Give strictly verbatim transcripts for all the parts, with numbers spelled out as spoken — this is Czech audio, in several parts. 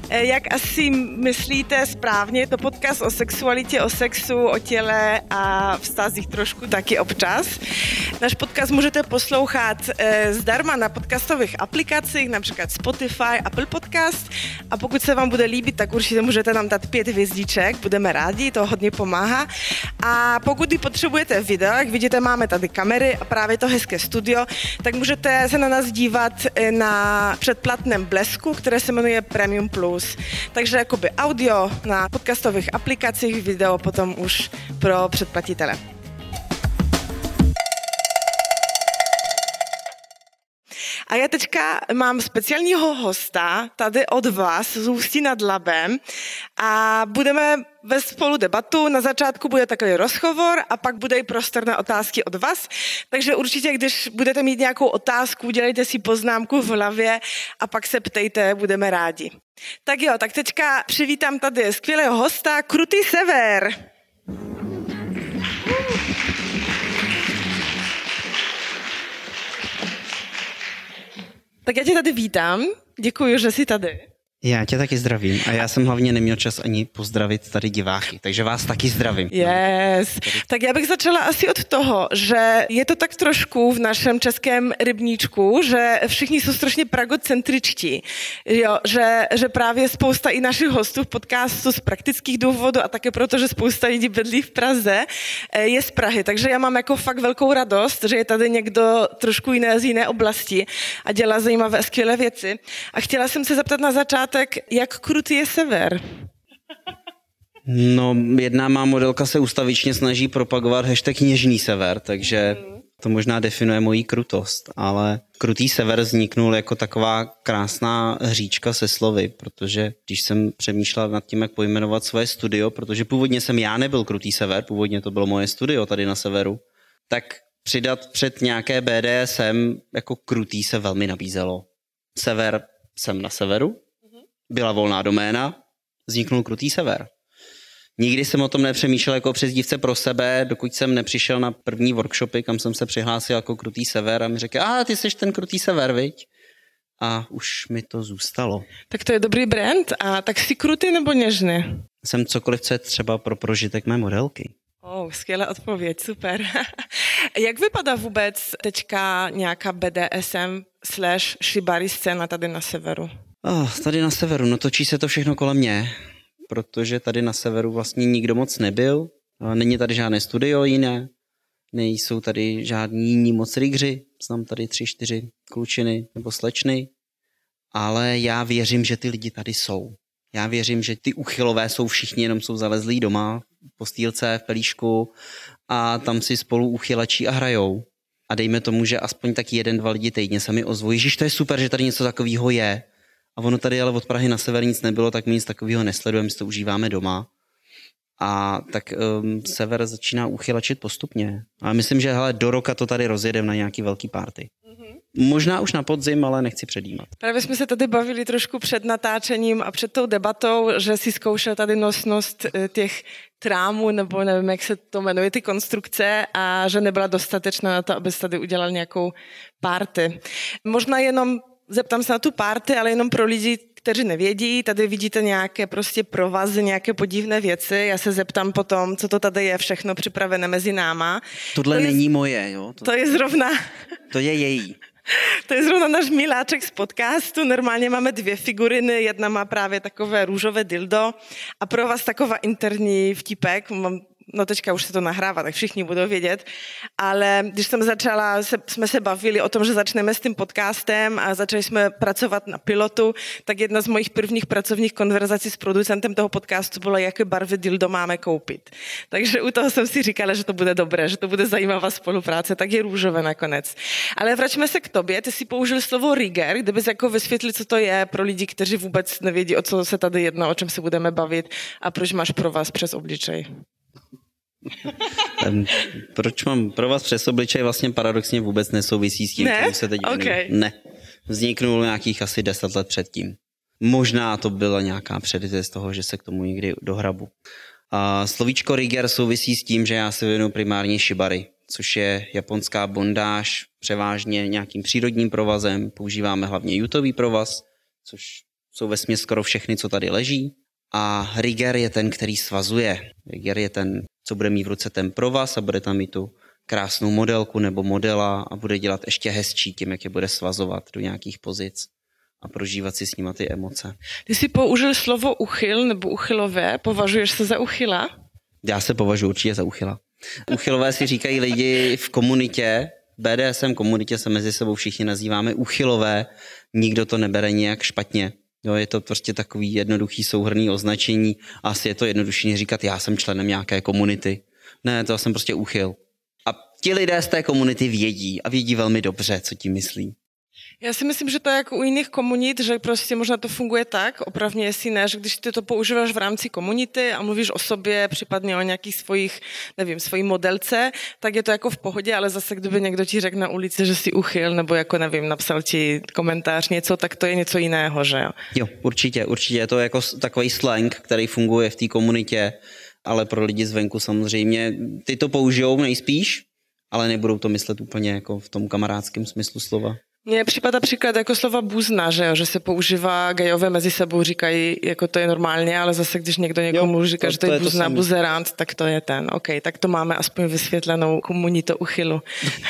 Jak asi myslíte správně, je to podcast o sexualitě, o sexu, o těle a vztazích trošku taky občas. Náš podcast můžete poslouchat zdarma na podcastových aplikacích, například Spotify, Apple Podcast, a pokud se vám bude líbit, tak určitě můžete nám dát pět hvězdiček, budeme rádi, to hodně pomáhá. A pokud potřebujete video, jak vidíte, máme tady kamery a právě to hezké studio, tak můžete se na nás dívat na předplatném Blesku, které se jmenuje Premium Plus. Takže jakoby audio na podcastových aplikacích, video potom už pro předplatitele. A já teďka mám speciálního hosta tady od vás z Ústí nad Labem a budeme vést spolu debatu. Na začátku bude takový rozhovor a pak bude i prostor na otázky od vás. Takže určitě, když budete mít nějakou otázku, udělejte si poznámku v hlavě a pak se ptejte, budeme rádi. Tak jo, tak teďka přivítám tady skvělého hosta, Krutý Sever. Tak já tě tady vítám, děkuji, že jsi tady. Já tě taky zdravím a já jsem hlavně neměl čas ani pozdravit tady diváky, takže vás taky zdravím. Yes. Tak já bych začala asi od toho, že je to tak trošku v našem českém rybníčku, že všichni jsou strašně pragocentričtí, jo, že, že právě spousta i našich hostů v podcastu z praktických důvodů a také proto, že spousta lidí bydlí v Praze, je z Prahy, takže já mám jako fakt velkou radost, že je tady někdo trošku jiné z jiné oblasti a dělá zajímavé skvělé věci. A chtěla jsem se zeptat na začátek, jak krutý je Sever? No, jedna má modelka se ustavičně snaží propagovat hashtag něžný sever, takže to možná definuje moji krutost, ale Krutý Sever vzniknul jako taková krásná hříčka se slovy, protože když jsem přemýšlel nad tím, jak pojmenovat svoje studio, protože původně jsem já nebyl Krutý Sever, původně to bylo moje studio tady na severu, tak přidat před nějaké bé dé es em jako krutý se velmi nabízelo. Sever jsem na severu, byla volná doména, vzniknul Krutý Sever. Nikdy jsem o tom nepřemýšlel jako přezdívce pro sebe, dokud jsem nepřišel na první workshopy, kam jsem se přihlásil jako Krutý Sever a mi řekl, a ty jsi ten Krutý Sever, viď? A už mi to zůstalo. Tak to je dobrý brand. A tak jsi krutý nebo něžný? Jsem cokoliv, co je třeba pro prožitek mé modelky. Oh, skvělá odpověď, super. Jak vypadá vůbec teďka nějaká bé dé es em slash shibari scéna tady na severu? Oh, tady na severu, no točí se to všechno kolem mě, protože tady na severu vlastně nikdo moc nebyl, není tady žádné studio jiné, nejsou tady žádní jiní moc rigři, znám tady tři, čtyři klučiny nebo slečny, ale já věřím, že ty lidi tady jsou. Já věřím, že ty uchylové jsou všichni, jenom jsou zalezlí doma, v postýlce, v pelíšku a tam si spolu uchylačí a hrajou. A dejme tomu, že aspoň tak jeden, dva lidi týdně se mi ozvou. Ježiš, to je super, že tady něco takového je. A ono tady ale od Prahy na sever nic nebylo, tak my nic takového nesledujeme, my to užíváme doma. A tak um, sever začíná uchylačit postupně. A myslím, že hele, do roka to tady rozjedeme na nějaký velký party. Mm-hmm. Možná už na podzim, ale nechci předjímat. Právě jsme se tady bavili trošku před natáčením a před tou debatou, že si zkoušel tady nosnost těch trámů, nebo nevím, jak se to jmenuje, ty konstrukce a že nebyla dostatečná na to, abys tady udělal nějakou party. Možná jenom zeptám se na tu party, ale jenom pro lidi, kteří nevědí, tady vidíte nějaké prostě provazy, nějaké podivné věci. Já se zeptám potom, co to tady je všechno připravené mezi náma. Tohle to není je, moje, jo? To, to je zrovna... To je její. To je zrovna náš miláček z podcastu. Normálně máme dvě figuriny, jedna má právě takové růžové dildo a pro vás taková interní vtipek, mám no teďka už se to nahrává, tak všichni budou vědět, ale když jsem začala, se, jsme se bavili o tom, že začneme s tím podcastem a začali jsme pracovat na pilotu, tak jedna z mojich prvních pracovních konverzací s producentem toho podcastu byla, jaké barvy dildo máme koupit. Takže u toho jsem si říkala, že to bude dobré, že to bude zajímavá spolupráce, tak je růžové nakonec. Ale vraťme se k tobě, ty si použil slovo rigger, kdybys jako vysvětlil, co to je pro lidi, kteří vůbec nevědí, o co se tady jedná, o čem se budeme bavit a proč máš pro vás přes obličej. Proč mám pro vás přes obličej vlastně paradoxně vůbec nesouvisí s tím, ne? čemu se teď okay. Ne. Vzniknul nějakých asi deset let předtím. Možná to byla nějaká předitě z toho, že se k tomu někdy dohrabu. A slovíčko rigger souvisí s tím, že já se věnuju primárně shibari, což je japonská bondáž, převážně nějakým přírodním provazem. Používáme hlavně jutový provaz, což jsou vesměs skoro všechny, co tady leží. A rigger je ten, který svazuje. Rigger je ten, co bude mít v ruce ten provaz a bude tam mít tu krásnou modelku nebo modela a bude dělat ještě hezčí tím, jak je bude svazovat do nějakých pozic a prožívat si s nima ty emoce. Ty jsi použil slovo uchyl nebo uchylové. Považuješ se za uchyla? Já se považuji určitě za uchyla. Uchylové si říkají lidi v komunitě, bé dé es em komunitě se mezi sebou všichni nazýváme uchylové, nikdo to nebere nějak špatně. Jo, je to prostě takový jednoduchý souhrnný označení. Asi je to jednodušší než říkat, já jsem členem nějaké komunity. Ne, to jsem prostě uchyl. A ti lidé z té komunity vědí a vědí velmi dobře, co tím myslí. Já si myslím, že to je jako u jiných komunit, že prostě možná to funguje tak, opravně jestli ne, že když ty to používáš v rámci komunity a mluvíš o sobě, případně o nějakých svojich, nevím, svojí modelce, tak je to jako v pohodě, ale zase kdyby někdo ti řekl na ulici, že jsi uchyl, nebo jako nevím, napsal ti komentář něco, tak to je něco jiného, že jo? Jo, určitě, určitě je to jako takový slang, který funguje v té komunitě, ale pro lidi zvenku samozřejmě, ty to použijou nejspíš, ale nebudou to myslet úplně jako v tom kamarádském smyslu slova. Mně připadá příklad jako slova buzna, že jo, že se používá, gejové mezi sebou říkají, jako to je normálně, ale zase když někdo někomu říká, to, že to, to je buzna, to buzerant, tak to je ten. OK, tak to máme aspoň vysvětlenou komunitu uchylu.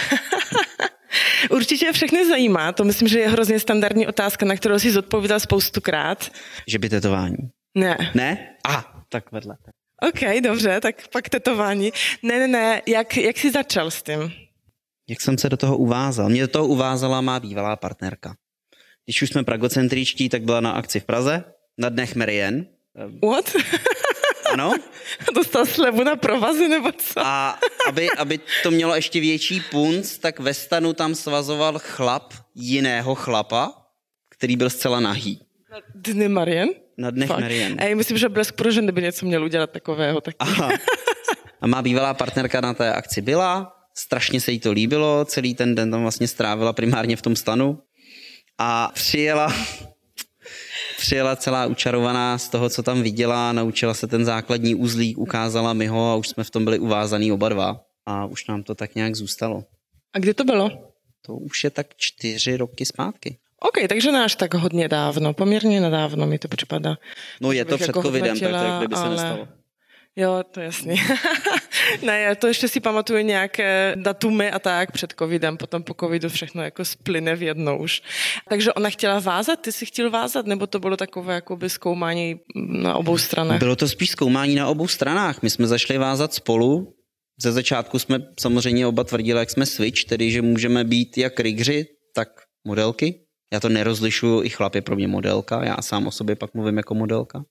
Určitě všechny zajímá, to myslím, že je hrozně standardní otázka, na kterou jsi zodpovídal spoustukrát. Že by tetování? Ne. Ne? A, tak vedle. OK, dobře, tak pak tetování. Ne, ne, ne, jak, jak jsi začal s tím? Jak jsem se do toho uvázal? Mě do toho uvázala má bývalá partnerka. Když už jsme pragocentričtí, tak byla na akci v Praze, na Dnech Marianne. What? Ano. Dostal slevu na provazy nebo co? A aby, aby to mělo ještě větší punc, tak ve stanu tam svazoval chlap jiného chlapa, který byl zcela nahý. Na Dny Marianne? Na Dnech Marianne. A já myslím, že Blesk pro ženy by něco měl udělat takového. Taky. Aha. A má bývalá partnerka na té akci byla, strašně se jí to líbilo, celý ten den tam vlastně strávila primárně v tom stanu a přijela, přijela celá učarovaná z toho, co tam viděla, naučila se ten základní uzlík, ukázala mi ho a už jsme v tom byli uvázaný oba dva a už nám to tak nějak zůstalo. A kdy to bylo? To už je tak čtyři roky zpátky. OK, takže ne až tak hodně dávno, poměrně nedávno mi to připadá. No je to před jako covidem, tak to jak by se ale... nestalo. Jo, to je jasný. Ne, já to ještě si pamatuju nějaké datumy a tak před covidem, potom po covidu všechno jako splyne v jedno už. Takže ona chtěla vázat, ty jsi chtěl vázat, nebo to bylo takové jakoby zkoumání na obou stranách? Bylo to spíš zkoumání na obou stranách. My jsme zašli vázat spolu. Ze začátku jsme samozřejmě oba tvrdili, jak jsme switch, tedy že můžeme být jak riggři, tak modelky. Já to nerozlišuju, i chlap je pro mě modelka, já sám o sobě pak mluvím jako modelka.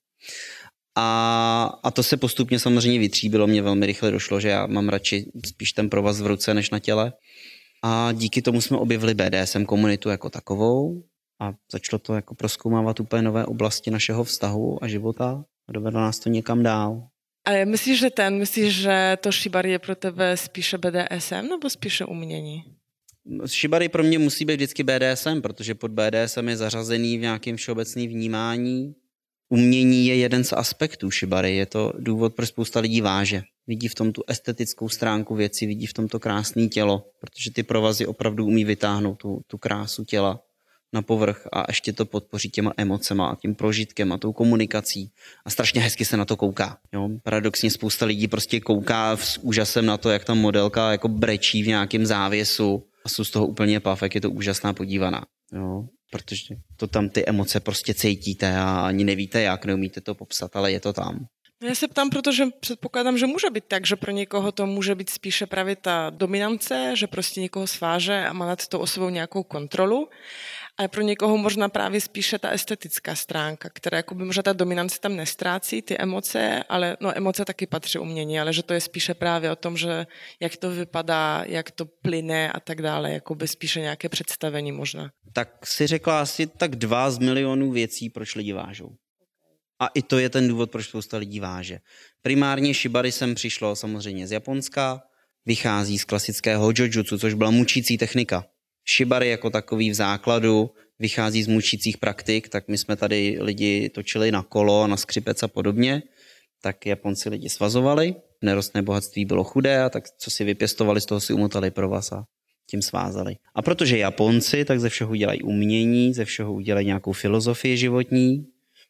A, a to se postupně samozřejmě vytříbilo, mě velmi rychle došlo, že já mám radši spíš ten provaz v ruce než na těle. A díky tomu jsme objevili bé dé es em komunitu jako takovou a začalo to jako prozkoumávat úplně nové oblasti našeho vztahu a života a dovedlo nás to někam dál. Ale myslíš, že ten, myslíš, že to shibari je pro tebe spíše bé dé es em nebo spíše umění? Shibari pro mě musí být vždycky bé dé es em, protože pod bé dé es em je zařazený v nějakém všeobecném vnímání. Umění je jeden z aspektů shibari, je to důvod, proč spousta lidí váže. Vidí v tom tu estetickou stránku věci, vidí v tom to krásné tělo, protože ty provazy opravdu umí vytáhnout tu, tu krásu těla na povrch a ještě to podpoří těma emocema a tím prožitkem a tou komunikací. A strašně hezky se na to kouká. Jo? Paradoxně spousta lidí prostě kouká s úžasem na to, jak ta modelka jako brečí v nějakém závěsu a jsou z toho úplně pav, jak je to úžasná podívaná. Jo? Protože to tam ty emoce prostě cítíte a ani nevíte jak, neumíte to popsat, ale je to tam. Já se ptám, protože předpokládám, že může být tak, že pro někoho to může být spíše právě ta dominance, že prostě někoho sváže a má nad tou osobou nějakou kontrolu, ale pro někoho možná právě spíše ta estetická stránka, která jakoby možná ta dominance tam nestrácí, ty emoce, ale no emoce taky patří umění, ale že to je spíše právě o tom, že jak to vypadá, jak to plyne a tak dále, jakoby spíše nějaké představení možná. Tak si řekla asi tak dva z milionů věcí, proč lidi vážou. A i to je ten důvod, proč spousta lidí váže. Primárně shibari sem přišlo samozřejmě z Japonska, vychází z klasického jojutsu, což byla mučící technika. Shibari jako takový v základu vychází z mučících praktik, tak my jsme tady lidi točili na kolo, na skřipec a podobně, tak Japonci lidi svazovali, nerostné bohatství bylo chudé a tak co si vypěstovali, z toho si umotali provaz a tím svázali. A protože Japonci, tak ze všeho udělají umění, ze všeho udělají nějakou filozofii životní,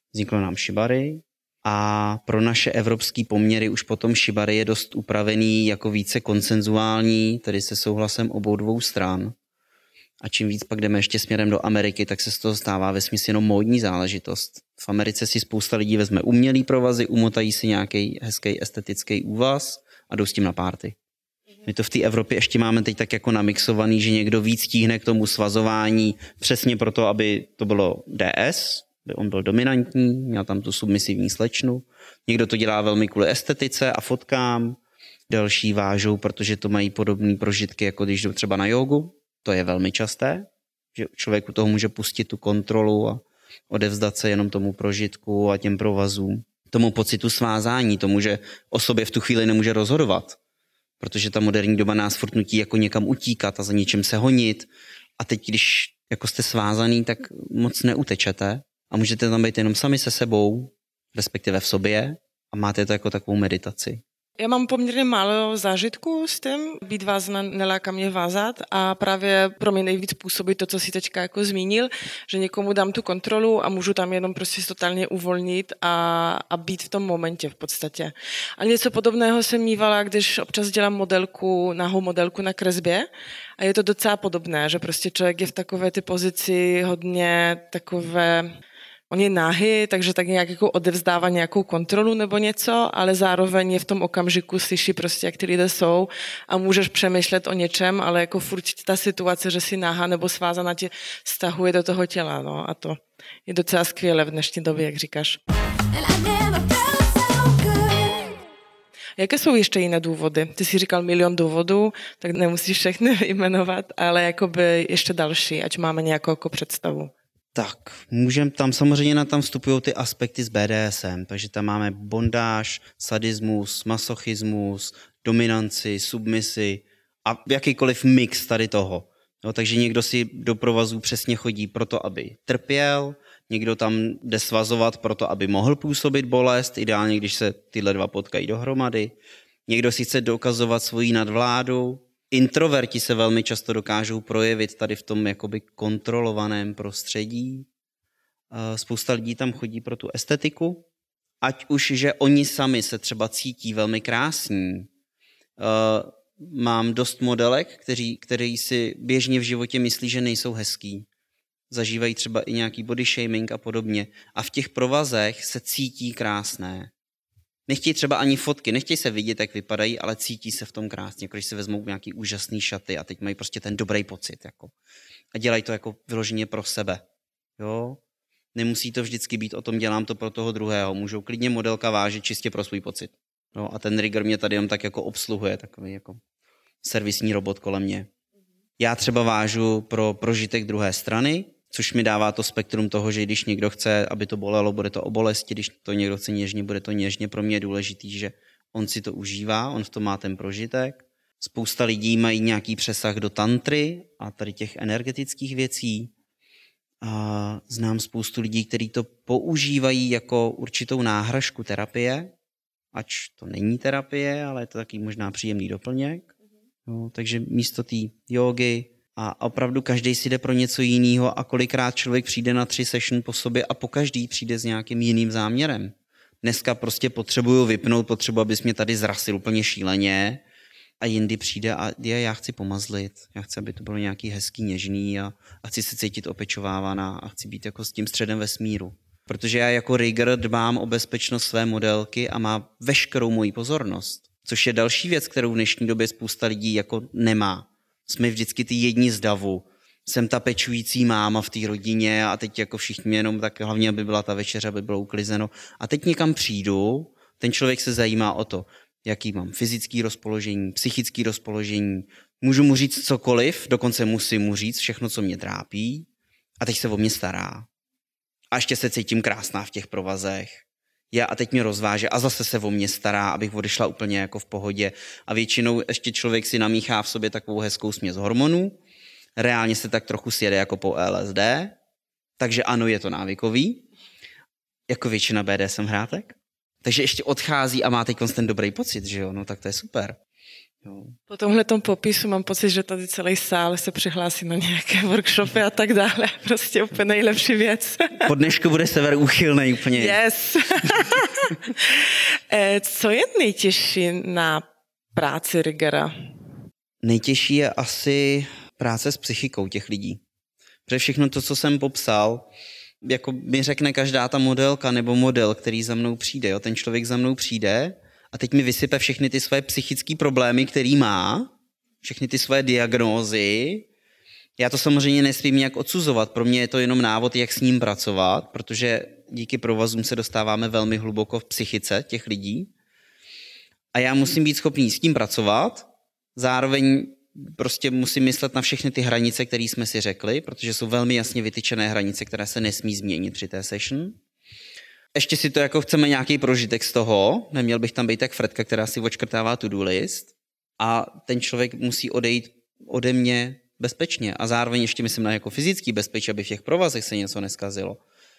Vzniklo nám shibari a pro naše evropské poměry už potom shibari je dost upravený jako více konsenzuální, tedy se souhlasem obou dvou stran. A čím víc pak jdeme ještě směrem do Ameriky, tak se z toho stává vesměs jenom módní záležitost. V Americe si spousta lidí vezme umělý provazy, umotají si nějaký hezký estetický úvaz a jdou s tím na párty. My to v té Evropě ještě máme teď tak jako namixovaný, že někdo víc tíhne k tomu svazování přesně proto, aby to bylo D S, aby on byl dominantní, měl tam tu submisivní slečnu. Někdo to dělá velmi kvůli estetice a fotkám, další vážou, protože to mají podobné prožitky, jako když jdou třeba na jógu. To je velmi časté, že člověk u toho může pustit tu kontrolu a odevzdat se jenom tomu prožitku a těm provazům, tomu pocitu svázání, tomu, že o sobě v tu chvíli nemůže rozhodovat, protože ta moderní doba nás furt nutí jako někam utíkat a za něčím se honit. A teď, když jako jste svázaný, tak moc neutečete a můžete tam být jenom sami se sebou, respektive v sobě a máte to jako takovou meditaci. Já mám poměrně málo zážitku s tím, být vázaná neláká mě vázat a právě pro mě nejvíc působí to, co si teďka jako zmínil, že někomu dám tu kontrolu a můžu tam jenom prostě totálně uvolnit a, a být v tom momentě v podstatě. A něco podobného jsem mívala, když občas dělám modelku, nahou modelku na kresbě a je to docela podobné, že prostě člověk je v takové ty pozici hodně takové... On je nahý, takže tak nějak jako odevzdává nějakou kontrolu nebo něco, ale zároveň je v tom okamžiku, slyší prostě, jak ty lidé jsou a můžeš přemýšlet o něčem, ale jako furt ta situace, že si nahá nebo svázaná tě stahuje do toho těla, no a to je docela skvělé v dnešní době, jak říkáš. Jaké jsou ještě jiné důvody? Ty jsi říkal milion důvodů, tak nemusíš všechny jmenovat, ale jakoby ještě další, ať máme nějakou jako představu. Tak, můžem tam samozřejmě na tam vstupují ty aspekty z B D S M, takže tam máme bondáž, sadismus, masochismus, dominanci, submisi a jakýkoliv mix tady toho. No, takže někdo si do provazů přesně chodí proto, aby trpěl, někdo tam jde svazovat proto, aby mohl působit bolest, ideálně, když se tyhle dva potkají dohromady. Někdo si chce dokazovat svoji nadvládu. Introverti se velmi často dokážou projevit tady v tom jakoby kontrolovaném prostředí. Spousta lidí tam chodí pro tu estetiku, ať už, že oni sami se třeba cítí velmi krásní. Mám dost modelek, kteří, kteří si běžně v životě myslí, že nejsou hezký. Zažívají třeba i nějaký body shaming a podobně. A v těch provazech se cítí krásné. Nechtějí třeba ani fotky, nechtějí se vidět, jak vypadají, ale cítí se v tom krásně, když si vezmou nějaký úžasný šaty a teď mají prostě ten dobrý pocit. Jako. A dělají to jako vyloženě pro sebe. Jo? Nemusí to vždycky být o tom, dělám to pro toho druhého. Můžou klidně modelka vážit čistě pro svůj pocit. Jo? A ten rigger mě tady jen tak jako obsluhuje, takový jako servisní robot kolem mě. Já třeba vážu pro prožitek druhé strany, což mi dává to spektrum toho, že když někdo chce, aby to bolelo, bude to o bolesti, když to někdo chce něžně, bude to něžně. Pro mě je důležitý, že on si to užívá, on v tom má ten prožitek. Spousta lidí mají nějaký přesah do tantry a tady těch energetických věcí. A znám spoustu lidí, kteří to používají jako určitou náhražku terapie, ač to není terapie, ale je to taky možná příjemný doplněk. No, takže místo té jógy a opravdu každý si jde pro něco jiného a kolikrát člověk přijde na tři session po sobě a po každý přijde s nějakým jiným záměrem. Dneska prostě potřebuju vypnout, potřebuji, abys mě tady zrasil úplně šíleně a jindy přijde a je, já chci pomazlit, já chci, aby to bylo nějaký hezký, něžný a, a chci se cítit opečovávaná a chci být jako s tím středem vesmíru. Protože já jako rigger dbám o bezpečnost své modelky a má veškerou moji pozornost. Což je další věc, kterou v dnešní době spousta lidí jako nemá. Jsme vždycky ty jedni z davu. Jsem ta pečující máma v té rodině a teď jako všichni jenom tak hlavně, aby byla ta večeře, aby bylo uklizeno. A teď někam přijdu, ten člověk se zajímá o to, jaký mám fyzický rozpoložení, psychický rozpoložení. Můžu mu říct cokoliv, dokonce musím mu říct všechno, co mě trápí. A teď se o mě stará. A ještě se cítím krásná v těch provazech. Já a teď mě rozváže a zase se o mě stará, abych odešla úplně jako v pohodě. A většinou ještě člověk si namíchá v sobě takovou hezkou směs hormonů. Reálně se tak trochu sjede jako po L S D. Takže ano, je to návykový. Jako většina B D S M hrátek. Takže ještě odchází a má teď ten dobrý pocit, že jo? No tak to je super. Jo. Po tomhletom popisu mám pocit, že tady celý sál se přihlásí na nějaké workshopy a tak dále. Prostě úplně nejlepší věc. Po dnešku bude Sever úchylnej úplně. Yes. Co je nejtěžší na práci riggera? Nejtěžší je asi práce s psychikou těch lidí. Protože všechno to, co jsem popsal, jako mi řekne každá ta modelka nebo model, který za mnou přijde. Jo? Ten člověk za mnou přijde a teď mi vysype všechny ty své psychické problémy, který má, všechny ty své diagnózy. Já to samozřejmě nesmím nějak odsuzovat. Pro mě je to jenom návod, jak s ním pracovat, protože díky provazům se dostáváme velmi hluboko v psychice těch lidí. A já musím být schopný s tím pracovat, zároveň prostě musím myslet na všechny ty hranice, které jsme si řekli, protože jsou velmi jasně vytyčené hranice, které se nesmí změnit při té session. Ještě si to jako chceme nějaký prožitek z toho, neměl bych tam být tak Fredka, která si odškrtává to-do list a ten člověk musí odejít ode mě bezpečně a zároveň ještě myslím na jako fyzický bezpečí, aby v těch provazech se něco neskazilo.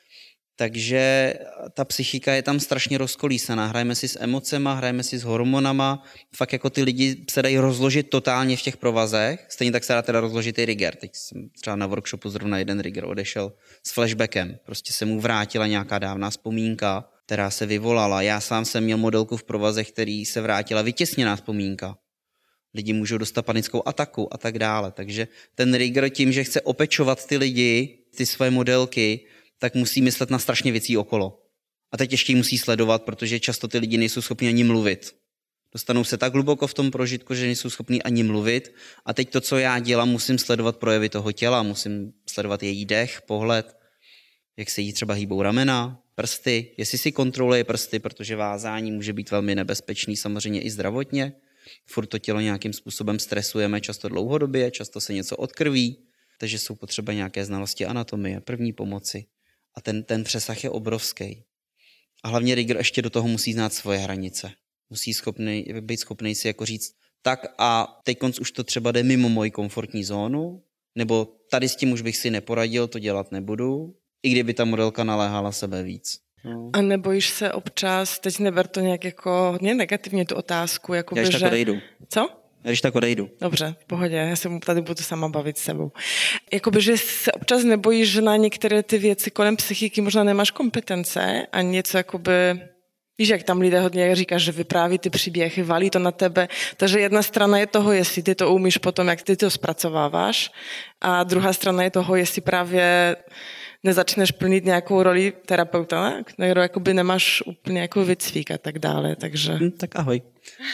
Takže ta psychika je tam strašně rozkolísaná. Hrajeme si s emocema, hrajeme si s hormonama. Fakt jako ty lidi se dají rozložit totálně v těch provazech. Stejně tak se dá teda rozložit i rigger. Teď jsem třeba na workshopu zrovna jeden rigger odešel s flashbackem. Prostě se mu vrátila nějaká dávná vzpomínka, která se vyvolala. Já sám jsem měl modelku v provazech, který se vrátila vytěsněná vzpomínka. Lidi můžou dostat panickou ataku a tak dále. Takže ten rigger tím, že chce opečovat ty lidi, ty své modelky, tak musí myslet na strašně věcí okolo. A teď ještě musí sledovat, protože často ty lidi nejsou schopni ani mluvit. Dostanou se tak hluboko v tom prožitku, že nejsou schopni ani mluvit. A teď to, co já dělám, musím sledovat projevy toho těla, musím sledovat její dech, pohled, jak se jí třeba hýbou ramena, prsty, jestli si kontroluje prsty, protože vázání může být velmi nebezpečný, samozřejmě i zdravotně. Furt to tělo nějakým způsobem stresujeme, často dlouhodobě, často se něco odkrví, takže jsou potřeba nějaké znalosti anatomie, první pomoci. A ten, ten přesah je obrovský. A hlavně rigger ještě do toho musí znát svoje hranice. Musí schopný, být schopný si jako říct, tak a teď konc už to třeba jde mimo moji komfortní zónu, nebo tady s tím už bych si neporadil, to dělat nebudu, i kdyby ta modelka naléhala sebe víc. No. A nebojíš se občas, teď neber to nějak jako hodně negativně tu otázku, jakoby, Já když že... tak odejdu. Co? Já když tak odejdu. Dobře, v pohodě, já se tady budu sama bavit s sebou. Jakoby, že se občas nebojíš, že na některé ty věci kolem psychiky možná nemáš kompetence a něco jakoby... Víš, jak tam lidé hodně, jak říkáš, že vypráví ty příběhy, valí to na tebe. Takže jedna strana je toho, jestli ty to umíš potom, jak ty to zpracováváš, a druhá strana je toho, jestli právě nezačneš plnit nějakou roli terapeuta, ne? kterou jakoby nemáš úplně jako vycvík a tak dále, takže... Hm, tak ahoj.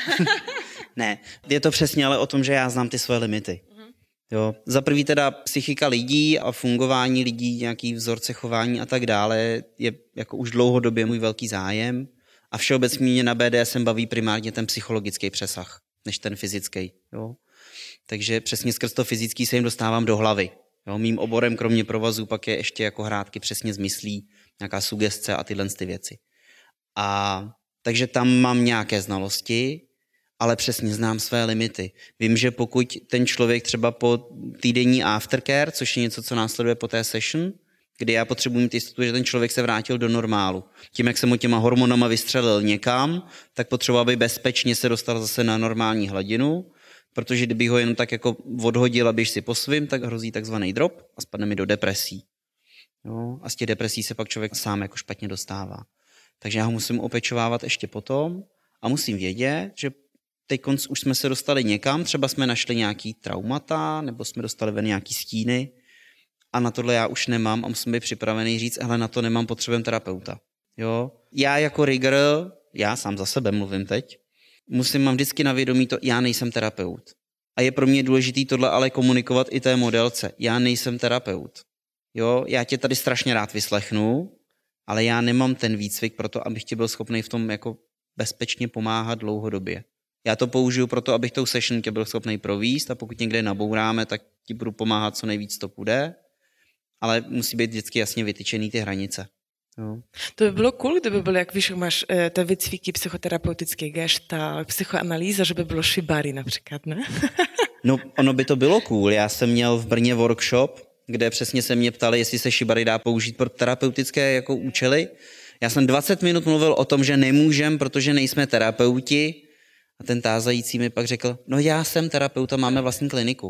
Ne, je to přesně ale o tom, že já znám ty svoje limity. Jo. Za prvý teda psychika lidí a fungování lidí, nějaký vzorce chování a tak dále je jako už dlouhodobě můj velký zájem a všeobecně mě na bé dé es em baví primárně ten psychologický přesah, než ten fyzický. Jo. Takže přesně skrz to fyzický se jim dostávám do hlavy. Jo. Mým oborem kromě provazů pak je ještě jako hrátky přesně z myslí, nějaká sugestce a tyhle ty věci. A takže tam mám nějaké znalosti, ale přesně znám své limity. Vím, že pokud ten člověk třeba po týdenní aftercare, což je něco, co následuje po té session, kdy já potřebuji mít jistotu, že ten člověk se vrátil do normálu. Tím, jak jsem ho těma hormonama vystřelil někam, tak potřeboval, aby bezpečně se dostal zase na normální hladinu, protože kdyby ho jenom tak jako odhodil a běž si po svým, tak hrozí takzvaný drop a spadne mi do depresí. Jo? A z těch depresí se pak člověk sám jako špatně dostává. Takže já ho musím opečovávat ještě potom a musím vědět, že teď konc už jsme se dostali někam, třeba jsme našli nějaký traumata, nebo jsme dostali ven nějaký stíny a na tohle já už nemám a musím být připravený říct, hele, na to nemám, potřebujeme terapeuta. Jo? Já jako rigger, já sám za sebe mluvím teď, musím, mám vždycky na vědomí to, já nejsem terapeut. A je pro mě důležitý tohle ale komunikovat i té modelce. Já nejsem terapeut. Jo? Já tě tady strašně rád vyslechnu, ale já nemám ten výcvik pro to, abych ti byl schopný v tom jako bezpečně pomáhat dlouhodobě. Já to použiju proto, abych tou session tě byl schopný províst a pokud někde nabouráme, tak ti budu pomáhat, co nejvíc to půjde, ale musí být vždycky jasně vytyčený ty hranice. Jo. To by bylo cool, kdyby bylo, jak víš, máš e, ty výcviky psychoterapeutické gešta, psychoanalýza, že by bylo shibari například, ne? No, ono by to bylo cool. Já jsem měl v Brně workshop, kde přesně se mě ptali, jestli se shibari dá použít pro terapeutické jako účely. Já jsem dvacet minut mluvil o tom, že nemůžem, protože nejsme terapeuti, A ten tázající mi pak řekl, no já jsem terapeut a máme vlastní kliniku.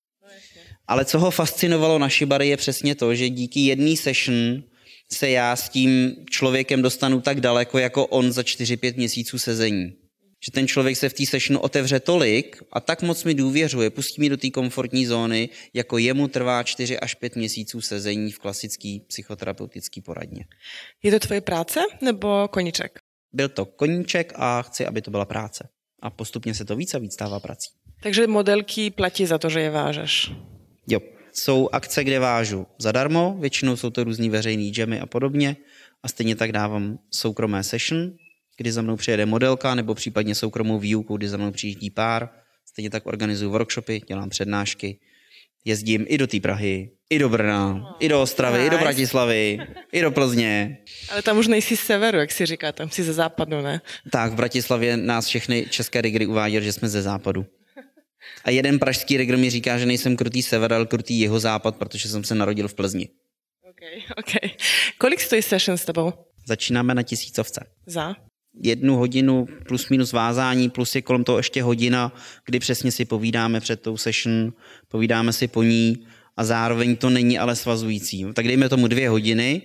Ale co ho fascinovalo na Shibari je přesně to, že díky jedné session se já s tím člověkem dostanu tak daleko, jako on za čtyři pět měsíců sezení. Že ten člověk se v té sessionu otevře tolik a tak moc mi důvěřuje, pustí mi do té komfortní zóny, jako jemu trvá čtyři až pět měsíců sezení v klasické psychoterapeutické poradně. Je to tvoje práce nebo koníček? Byl to koníček a chci, aby to byla práce. A postupně se to víc a víc stává prací. Takže modelky platí za to, že je vážeš? Jo. Jsou akce, kde vážu zadarmo, většinou jsou to různý veřejný džemy a podobně. A stejně tak dávám soukromé session, kdy za mnou přijede modelka, nebo případně soukromou výuku, kdy za mnou přijíždí pár. Stejně tak organizuju workshopy, dělám přednášky. Jezdím i do té Prahy, i do Brna, oh, i do Ostravy, nice. I do Bratislavy, i do Plzně. Ale tam už nejsi z severu, jak si říká, tam jsi ze západu, ne? Tak, v Bratislavě nás všechny české rigry uváděly, že jsme ze západu. A jeden pražský rigr mi říká, že nejsem krutý sever, ale krutý jihozápad, protože jsem se narodil v Plzni. Okay, okay. Kolik stojí session s tebou? Začínáme na tisícovce. Za? Jednu hodinu plus minus vázání, plus je kolem toho ještě hodina, kdy přesně si povídáme před tou session, povídáme si po ní a zároveň to není ale svazující. Tak dejme tomu dvě hodiny,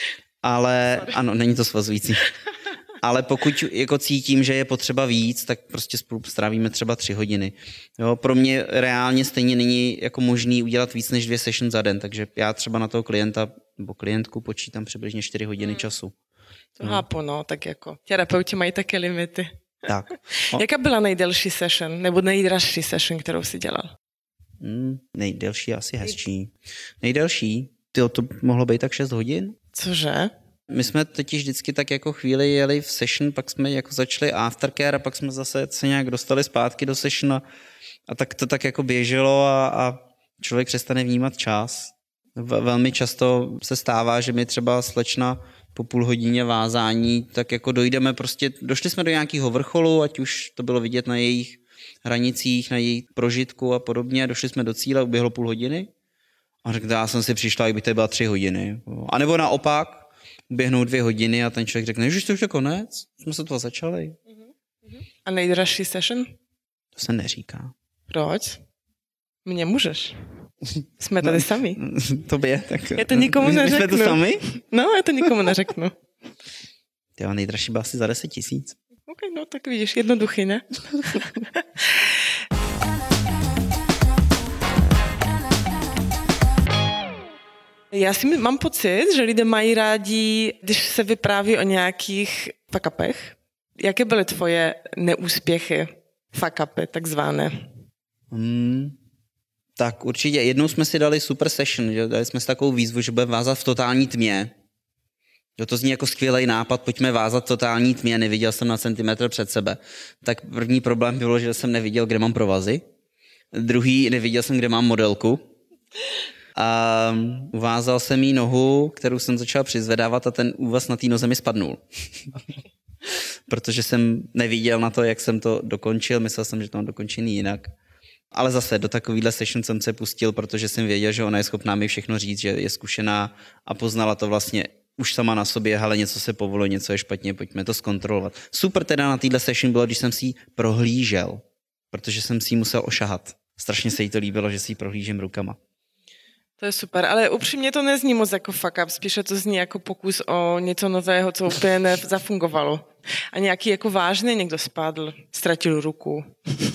ale Sorry. Ano, není to svazující. Ale pokud jako cítím, že je potřeba víc, tak prostě spolu strávíme třeba tři hodiny. Jo, pro mě reálně stejně není jako možný udělat víc než dvě session za den, takže já třeba na toho klienta nebo klientku počítám přibližně čtyři hodiny hmm. času. To chápu, no, tak jako terapeuti mají také limity. Tak. O. Jaká byla nejdelší session, nebo nejdražší session, kterou jsi dělal? Hmm, nejdelší je asi hezčí. Nejdelší? Tyjo, to mohlo být tak šest hodin. Cože? My jsme totiž vždycky tak jako chvíli jeli v session, pak jsme jako začali aftercare a pak jsme zase se nějak dostali zpátky do session a, a tak to tak jako běželo a, a člověk přestane vnímat čas. Velmi často se stává, že mi třeba slečna po půl hodině vázání, tak jako dojdeme prostě, došli jsme do nějakého vrcholu, ať už to bylo vidět na jejich hranicích, na jejich prožitku a podobně, došli jsme do cíle, uběhlo půl hodiny a řekl, já jsem si přišla, jak by to byla tři hodiny. A nebo naopak, uběhnou dvě hodiny a ten člověk řekne, že to už je konec, jsme se toho začali. A nejdražší session? To se neříká. Proč? Mně můžeš. Jsme tady no, sami. Tobě, tak... Já to nikomu my, neřeknu. My jsme tu sami? No, já to nikomu neřeknu. Tyjo, nejdražší byla asi za deset tisíc. Ok, no tak vidíš, jednoduchý, ne? Já si mám pocit, že lidé mají rádi, když se vypráví o nějakých fuck-upech. Jaké byly tvoje neúspěchy, fuck-upy, takzvané? Hmm, tak určitě. Jednou jsme si dali super session, že dali jsme si takovou výzvu, že budeme vázat v totální tmě. Jo, to zní jako skvělý nápad, pojďme vázat v totální tmě, neviděl jsem na centimetr před sebe. Tak první problém bylo, že jsem neviděl, kde mám provazy. Druhý, neviděl jsem, kde mám modelku. A uvázal jsem jí nohu, kterou jsem začal přizvedávat a ten úvaz na té noze mi spadnul. Protože jsem neviděl na to, jak jsem to dokončil, myslel jsem, že to mám dokončený jinak. Ale zase do takovýhle session jsem se pustil, protože jsem věděl, že ona je schopná mi všechno říct, že je zkušená a poznala to vlastně už sama na sobě, hele, něco se povolilo, něco je špatně, pojďme to zkontrolovat. Super teda na téhle session bylo, když jsem si ji prohlížel, protože jsem si ji musel ošahat. Strašně se jí to líbilo, že si ji prohlížím rukama. To je super, ale upřímně to nezní moc jako fuck up, spíše to zní jako pokus o něco nového, co úplně nezafungovalo. A nějaký jako vážný, někdo spadl, ztratil ruku.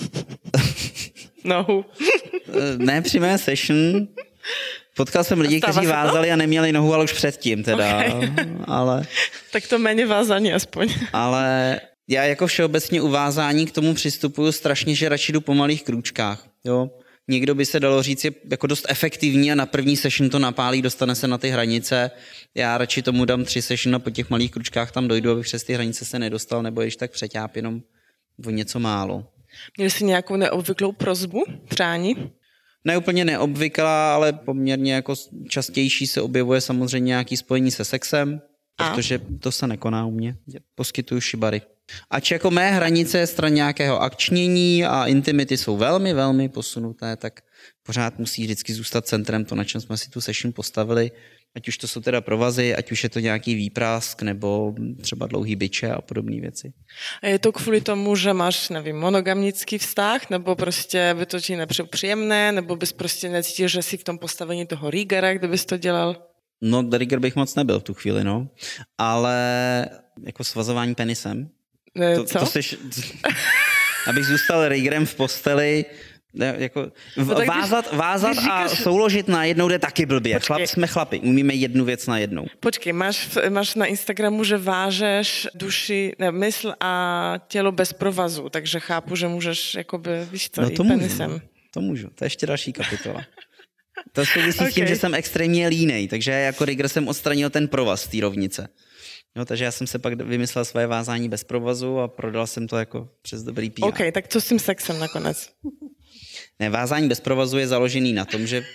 Nohu. Ne, při mé session potkal jsem lidi, kteří vázali a neměli nohu, ale už předtím teda. Okay. Ale... Tak to méně vázání aspoň. Ale já jako všeobecně u vázání k tomu přistupuju strašně, že radši jdu po malých krůčkách. Jo? Někdo by se dalo říct, je jako dost efektivní a na první session to napálí, dostane se na ty hranice. Já radši tomu dám tři session a po těch malých kručkách tam dojdu, abych přes ty hranice se nedostal, nebo když tak přeťáp jenom o něco málo. Měli jsi nějakou neobvyklou prosbu, přání? Ne úplně neobvyklá, ale poměrně jako častější se objevuje samozřejmě nějaký spojení se sexem, a? Protože to se nekoná u mě. Poskytuju shibari. Ač jako mé hranice stran nějakého akčnění a intimity jsou velmi, velmi posunuté, tak pořád musí vždycky zůstat centrem to, na čem jsme si tu session postavili. Ať už to jsou teda provazy, ať už je to nějaký výprask, nebo třeba dlouhý biče a podobné věci. A je to kvůli tomu, že máš, nevím, monogamnický vztah, nebo prostě by to ti nepřijel příjemné, nebo bys prostě necítil, že jsi v tom postavení toho riggera, kdybys to dělal? No, rigger bych moc nebyl v tu chvíli, no. Ale jako svazování penisem. To, Co? To seš, abych zůstal riggerem v posteli, jako no vázat, když, vázat když říkáš... a souložit na jednou jde taky blbě. Chlap, jsme chlapi, umíme jednu věc na jednou. Počkej, máš, máš na Instagramu, že vážeš duši, ne, mysl a tělo bez provazu, takže chápu, že můžeš jakoby, víš co, no to i můžu, penisem. No, to můžu, to je ještě další kapitola. To souvisí okay. s tím, že jsem extrémně línej, takže jako rigger jsem odstranil ten provaz z té rovnice. No, takže já jsem se pak vymyslel svoje vázání bez provazu a prodal jsem to jako přes dobrý P R. OK, tak co s tím sexem nakonec? Ne, vázání bez provazu je založený na tom, že...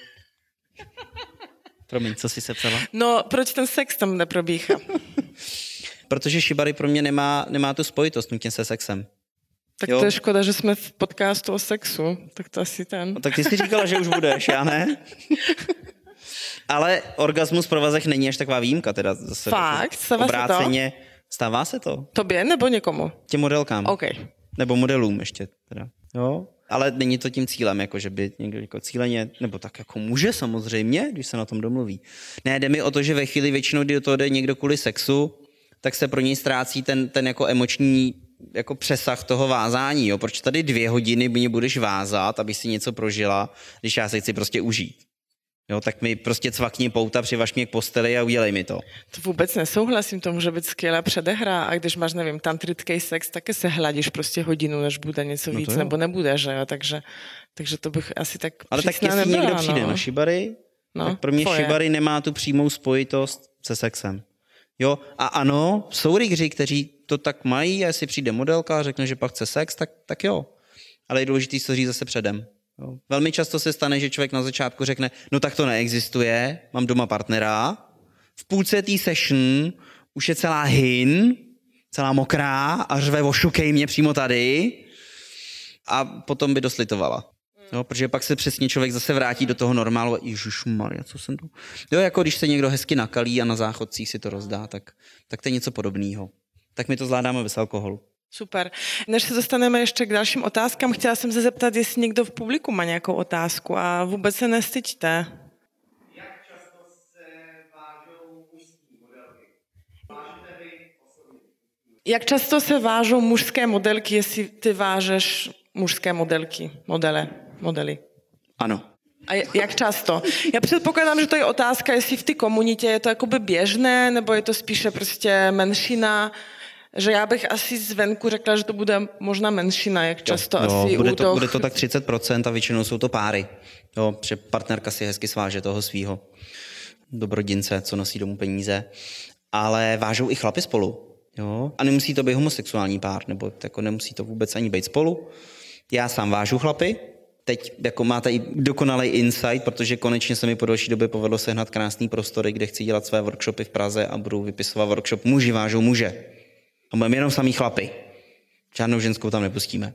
Promiň, co jsi se ptala? No, proč ten sex tam neprobíhá? Protože shibari pro mě nemá, nemá tu spojitost nutně se sexem. Tak jo? To je škoda, že jsme v podcastu o sexu. Tak to asi ten. No, tak ty jsi říkala, že už budeš, já ne? Ale orgasmus v provazech není až taková výjimka. Teda zase Fakt? Stává obráceně. Se to? Stává se to. Tobě nebo někomu? Těm modelkám. OK. Nebo modelům ještě. Teda. Jo? Ale není to tím cílem, jako že by někdo jako cíleně, nebo tak jako může samozřejmě, když se na tom domluví. Ne, jde mi o to, že ve chvíli většinou, kdy do toho jde někdo kvůli sexu, tak se pro něj ztrácí ten, ten jako emoční jako přesah toho vázání. Jo? Proč tady dvě hodiny mě budeš vázat, aby si něco prožila, když já se chci prostě užít. Jo, tak mi prostě cvakni pouta, přivaž mě k posteli a udělej mi to. To vůbec nesouhlasím, to může být skvělá předehra a když máš, nevím, tantrický sex, taky se hladíš prostě hodinu, než bude něco víc, no nebo nebude, že jo, takže, takže to bych asi tak ale tak jestli nebyla, někdo přijde no. na shibari, no, tak pro mě tvoje. shibari nemá tu přímou spojitost se sexem. Jo, a ano, jsou riggři, kteří to tak mají a jestli přijde modelka a řekne, že pak chce sex, tak, tak jo. Ale je důležitý to říct zase předem. Jo. Velmi často se stane, že člověk na začátku řekne, no tak to neexistuje, mám doma partnera, v půlce té session už je celá hin, celá mokrá a řve ošukej mě přímo tady a potom by doslitovala. Jo, protože pak se přesně člověk zase vrátí do toho normálu a ježišmarja, co jsem tu... Jo, jako když se někdo hezky nakalí a na záchodcích si to rozdá, tak, tak to je něco podobného. Tak my to zvládáme bez alkoholu. Super. Než se dostaneme ještě k dalším otázkám, chtěla jsem se zeptat, jestli někdo v publiku má nějakou otázku a vůbec se nestyďte. Jak často se vážou mužské modelky? Vážete vy osobně? Jak často se vážou mužské modelky, jestli ty vážeš mužské modelky, modele, modely? Ano. A jak často? Já předpokládám, že to je otázka, jestli v té komunitě je to jakoby běžné, nebo je to spíše prostě menšina, že já bych asi zvenku řekla, že to bude možná menšina, jak často jo, asi bude u to, toho... bude to tak třicet procent a většinou jsou to páry. Jo, že partnerka si hezky sváže toho svýho dobrodince, co nosí domů peníze. Ale vážou i chlapi spolu. Jo? A nemusí to být homosexuální pár, nebo jako nemusí to vůbec ani být spolu. Já sám vážu chlapy. Teď jako máte i dokonalý insight, protože konečně se mi po delší době povedlo sehnat krásný prostory, kde chci dělat své workshopy v Praze a budu vypisovat workshop Muži vážou muže. A budeme jenom samý chlapy. Žádnou ženskou tam nepustíme.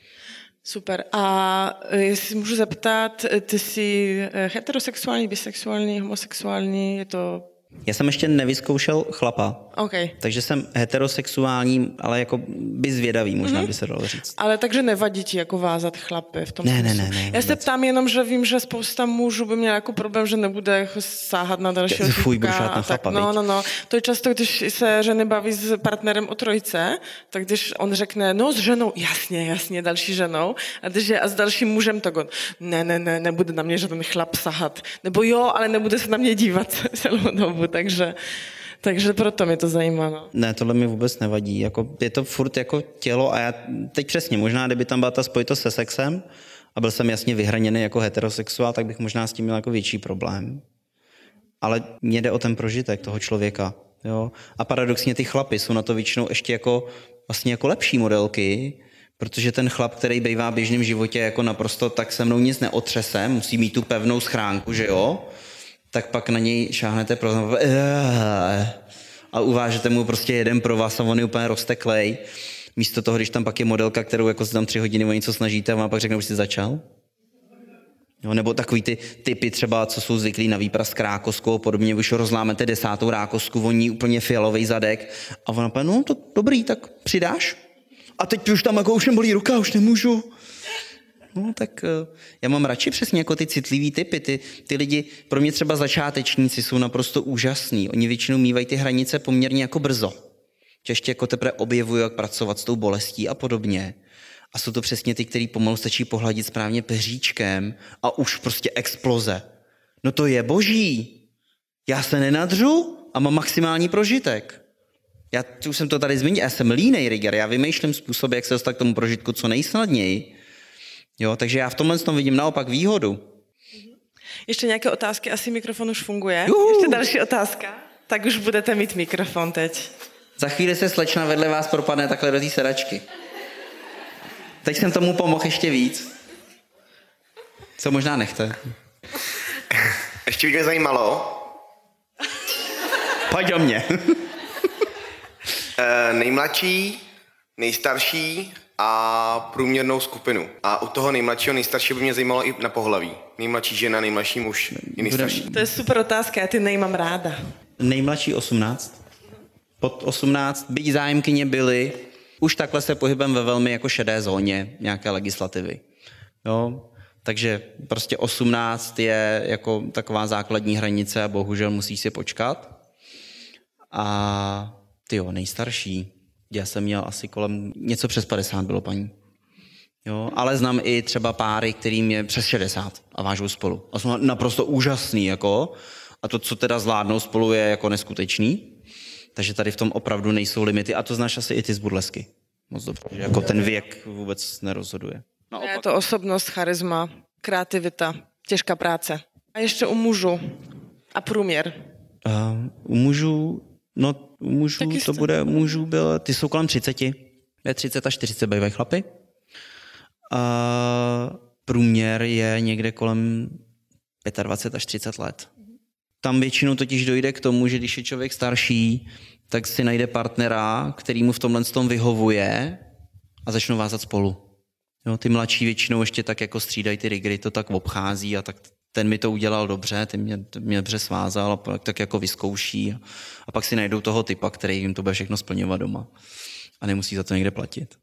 Super. A jestli můžu zeptat, ty jsi heterosexuální, bisexuální, homosexuální, je to... Já jsem ještě nevyzkoušel chlapa, okay. Takže jsem heterosexuální, ale jako byzvědavý, možná mm-hmm. by se dalo říct. Ale takže nevadí ti jako vázat chlapy v tom ne, smyslu? Ne, ne, ne. Já se ptám jenom, že vím, že spousta mužů by měl jako problém, že nebude jako sáhat na dalšího typka. Fuj, budu šát na chlapa, tak, no, no, no. To je často, když se ženy baví s partnerem o trojce, tak když on řekne, no s ženou, jasně, jasně, další ženou, a když je a s dalším mužem, tak on, ne, ne, ne, nebude na mě žádný chlap sahat. Nebo jo, ale nebude se na mě dívat celou dobu, takže... Takže proto mě to zajímá. No. Ne, tohle mi vůbec nevadí. Jako, je to furt jako tělo a já teď přesně, možná kdyby tam byla ta spojitost se sexem a byl jsem jasně vyhraněný jako heterosexuál, tak bych možná s tím měl jako větší problém. Ale mně jde o ten prožitek toho člověka. Jo? A paradoxně ty chlapy jsou na to většinou ještě jako, vlastně jako lepší modelky, protože ten chlap, který bývá v běžném životě jako naprosto tak se mnou nic neotřese, musí mít tu pevnou schránku, že jo? Tak pak na něj šáhnete pro a uvážete mu prostě jeden pro vás a on je úplně rozteklej. Místo toho, když tam pak je modelka, kterou jako se tam tři hodiny o něco snažíte a vám pak řekne, už jsi začal. Jo, nebo takový ty typy třeba, co jsou zvyklí na výprask rákoskou a podobně, když rozlámete desátou rákosku, voní úplně fialový zadek a ona povede, no to dobrý, tak přidáš? A teď už tam jako už nebolí ruka, už nemůžu. No tak já mám radši přesně jako ty citlivý typy, ty, ty lidi, pro mě třeba začátečníci jsou naprosto úžasní, oni většinou mývají ty hranice poměrně jako brzo. Ještě jako teprve objevují, jak pracovat s tou bolestí a podobně. A jsou to přesně ty, který pomalu stačí pohladit správně peříčkem a už prostě exploze. No to je boží. Já se nenadřu a mám maximální prožitek. Já už jsem to tady zmínil, já jsem línej rigger, já vymýšlím způsoby, jak se dostat k tomu prožitku co nejsnadněji. Jo, takže já v tomhle tom vidím naopak výhodu. Ještě nějaké otázky? Asi mikrofon už funguje. Juhu. Ještě další otázka? Tak už budete mít mikrofon teď. Za chvíli se slečna vedle vás propadne takhle do té sedačky. Teď jsem tomu pomohl ještě víc. Co možná nechte. Ještě by mě zajímalo, Pojď do mě. eh, nejmladší, nejstarší a průměrnou skupinu. A u toho nejmladšího, nejstaršího by mě zajímalo i na pohlaví. Nejmladší žena, nejmladší muž i nejstarší. To je super otázka, já ty nejmám ráda. Nejmladší osmnáct. Pod osmnáct, byť zájemkyně byly, už takhle se pohybem ve velmi jako šedé zóně nějaké legislativy. Jo? Takže prostě osmnáct je jako taková základní hranice a bohužel musíš si počkat. A tyjo, nejstarší. Já jsem měl asi kolem, něco přes padesát bylo paní. Jo? Ale znám i třeba páry, kterým je přes šedesát a vážou spolu. A jsou naprosto úžasný. Jako. A to, co teda zvládnou spolu, je jako neskutečný. Takže tady v tom opravdu nejsou limity. A to znáš asi i ty z burlesky. Moc dobře. Že jako ten věk vůbec nerozhoduje. No, je to osobnost, charisma, kreativita, těžká práce. A ještě u mužů a průměr. Uh, u mužů, no u mužů Taky to jste. bude, mužů byl, ty jsou kolem třiceti. Je třicet až čtyřicet bývají chlapy. Uh, průměr je někde kolem dvacet pět až třicet let. Tam většinou totiž dojde k tomu, že když je člověk starší, tak si najde partnera, který mu v tomhle tom vyhovuje a začnou vázat spolu. Jo, ty mladší většinou ještě tak jako střídají ty rigry, to tak obchází a tak ten mi to udělal dobře, ten mě, ten mě dobře svázal a pak tak jako vyzkouší a, a pak si najdou toho typa, který jim to bude všechno splňovat doma a nemusí za to někde platit.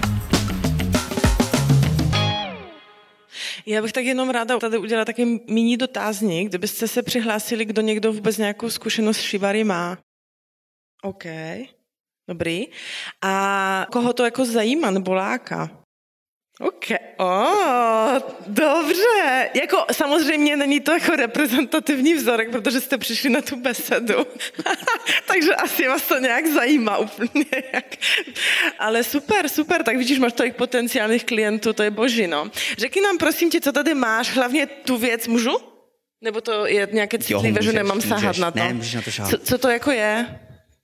Já bych tak jenom ráda tady udělala takový mini dotazník, kdybyste se přihlásili, kdo někdo vůbec nějakou zkušenost s shibari má. OK, dobrý. A koho to jako zajímá nebo láká? OK, oh, dobře. Jako samozřejmě není to jako reprezentativní vzorek, protože jste přišli na tu besedu. Takže asi vás to nějak zajímá úplně. Jak. Ale super, super, tak vidíš, máš tolik potenciálních klientů, to je boží, no. Řekni nám, prosím tě, co tady máš, hlavně tu věc, můžu? Nebo to je nějaké citlivé, že nemám můžeš. sahat na to? Ne, můžeš na to šáhat. Co, co to jako je?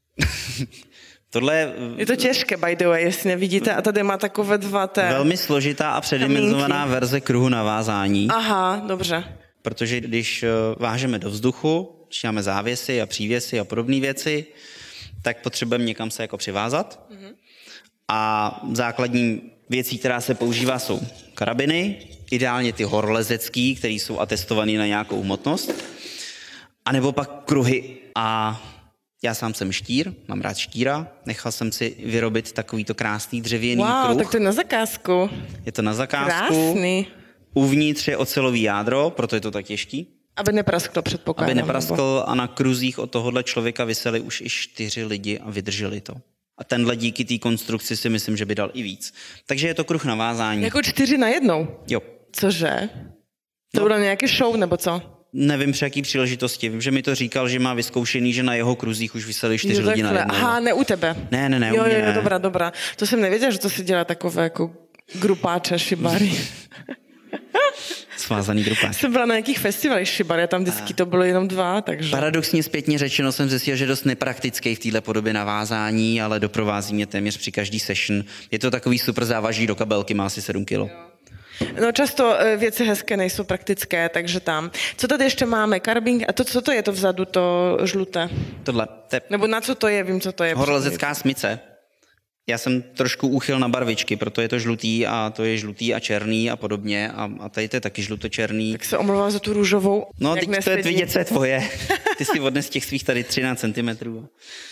Tohle je, Je to těžké, by the way, jestli nevidíte. A tady má takové dva té... velmi složitá a předimenzovaná kamínky. verze kruhu navázání. Aha, dobře. Protože když vážeme do vzduchu, začínáme závěsy a přívěsy a podobné věci, tak potřebujeme někam se jako přivázat. Mm-hmm. A základní věcí, která se používá, jsou karabiny, ideálně ty horolezecký, které jsou atestované na nějakou hmotnost, anebo pak kruhy. A já sám jsem štír, mám rád štíra, nechal jsem si vyrobit takovýto krásný dřevěný Wow, kruh. tak to je na zakázku. Je to na zakázku. Krásný. Uvnitř je ocelový jádro, proto je to tak těžký. Aby neprasklo, předpokládám. Aby nepraskl a na kruzích od tohohle člověka viseli už i čtyři lidi a vydrželi to. A tenhle díky té konstrukci si myslím, že by dal i víc. Takže je to kruh navázání. Jako čtyři na jednou? Jo. Cože? To No. bylo nějaký show, nebo co? Nevím při jaký příležitosti. Vím, že mi to říkal, že má vyzkoušený, že na jeho kruzích už viseli čtyři Jo, lidi na takhle. jednou. Aha, ne u tebe. Ne, ne, ne, u Jo, mě jo, jo, ne. dobrá, dobrá. To jsem nevěděla, že to se dělá takové jako grupáče shibari. Svázaný grupáč. Jsem byla na nějakých festivalech shibari a tam vždycky to bylo jenom dva, takže... Paradoxně zpětně řečeno jsem zjistil, že dost nepraktický v téhle podobě navázání, ale doprovází mě téměř při každý session. Je to takový super závaží do kabelky, má asi sedm kilo. No často eh, věci hezké nejsou praktické, takže tam. Co tady ještě máme? Karabín. A to, co to je to vzadu, to žluté? Tohle, to je Nebo na co to je? Vím, co to je. horolezecká smyce. Já jsem trošku úchyl na barvičky, proto je to žlutý a to je žlutý a černý a podobně a, a tady to je taky žlutočerný. Tak se omlouvám za tu růžovou. No, teď to je vidět, co je tvoje. Ty si odnes těch svých tady třináct centimetrů.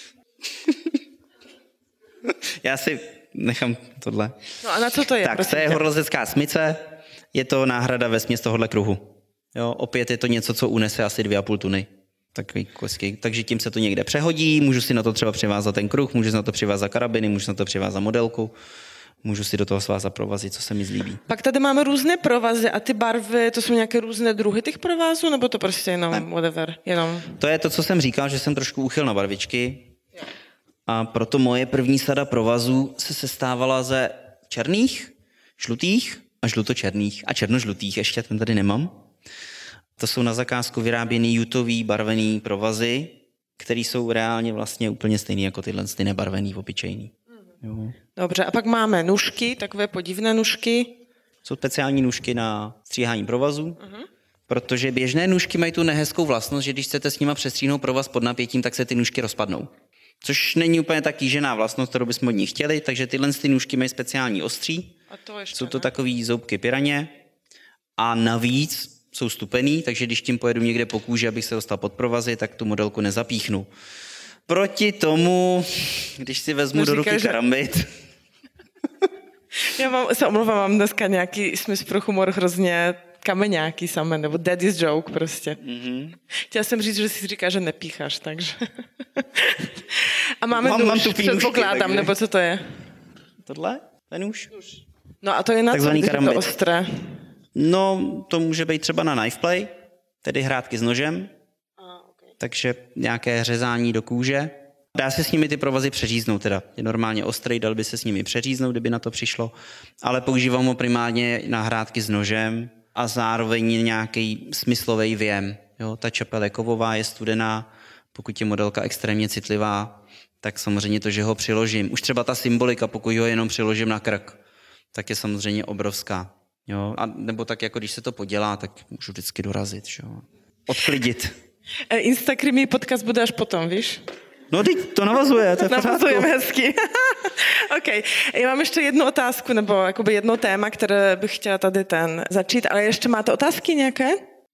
Já si nechám tohle. No a na co to je? Tak, to je horolezecká smyce, je to náhrada vesměs tohohle kruhu. Jo, opět je to něco, co unese asi dvě a půl tuny. Takový kosky. Takže tím se to někde přehodí, můžu si na to třeba přivázat ten kruh, můžu si na to přivázat karabiny, můžu si na to přivázat modelku, můžu si do toho svázat provazy, co se mi zlíbí. Pak tady máme různé provazy a ty barvy, to jsou nějaké různé druhy těch provázů, nebo to prostě jenom ne. whatever? Jenom... To je to, co jsem říkal, že jsem trošku úchyl na barvičky. A proto moje první sada provazů se sestávala ze černých, žlutých a žlutočerných a černožlutých, ještě ten tady nemám. To jsou na zakázku vyráběný jutový barvený provazy, které jsou reálně vlastně úplně stejný jako tyhle ty nebarvený, obyčejný. Jo. Dobře, a pak máme nůžky, takové podivné nůžky. Jsou speciální nůžky na stříhání provazů, uh-huh. protože běžné nůžky mají tu nehezkou vlastnost, že když chcete s nima přestříhnout provaz pod napětím, tak se ty nůžky rozpadnou. Což není úplně tak kýžená vlastnost, kterou bychom od nich chtěli, takže tyhle ty nůžky mají speciální ostří. A to ještě, jsou to ne? takový zoubky piraně a navíc jsou stupený, takže když tím pojedu někde po kůži, abych se dostal pod provazy, tak tu modelku nezapíchnu. Proti tomu, když si vezmu no, do ruky že... karambit... Já mám, se omlouvám, mám dneska nějaký smysl pro humor hrozně kameňáky samé, nebo daddy's joke prostě. Mm-hmm. Chtěla jsem říct, že si říká, že nepícháš, takže... A máme mám, nůž, mám předpokládám, takže... nebo co to je? Tohle? Ten nůž? No a to je na co, když je to ostré? No, to může být třeba na knife play, tedy hrátky s nožem, ah, okay. takže nějaké řezání do kůže. Dá se s nimi ty provazy přeříznout teda. Je normálně ostrý, dal by se s nimi přeříznout, kdyby na to přišlo, ale používám ho primárně na hrátky s nožem a zároveň nějaký smyslový věm. Jo, ta čepel je kovová, je studená, pokud je modelka extrémně citlivá, tak samozřejmě to, že ho přiložím. Už třeba ta symbolika, pokud ho jenom přiložím na krk, tak je samozřejmě obrovská. Jo, a nebo tak, jako když se to podělá, tak můžu vždycky dorazit, jo. Odklidit. Instagramí podcast bude až potom, víš? No, teď to navazuje, to je Navazujeme hezky. OK. Já mám ještě jednu otázku, nebo jakoby jedno téma, které bych chtěla tady ten začít, ale ještě máte otázky nějaké?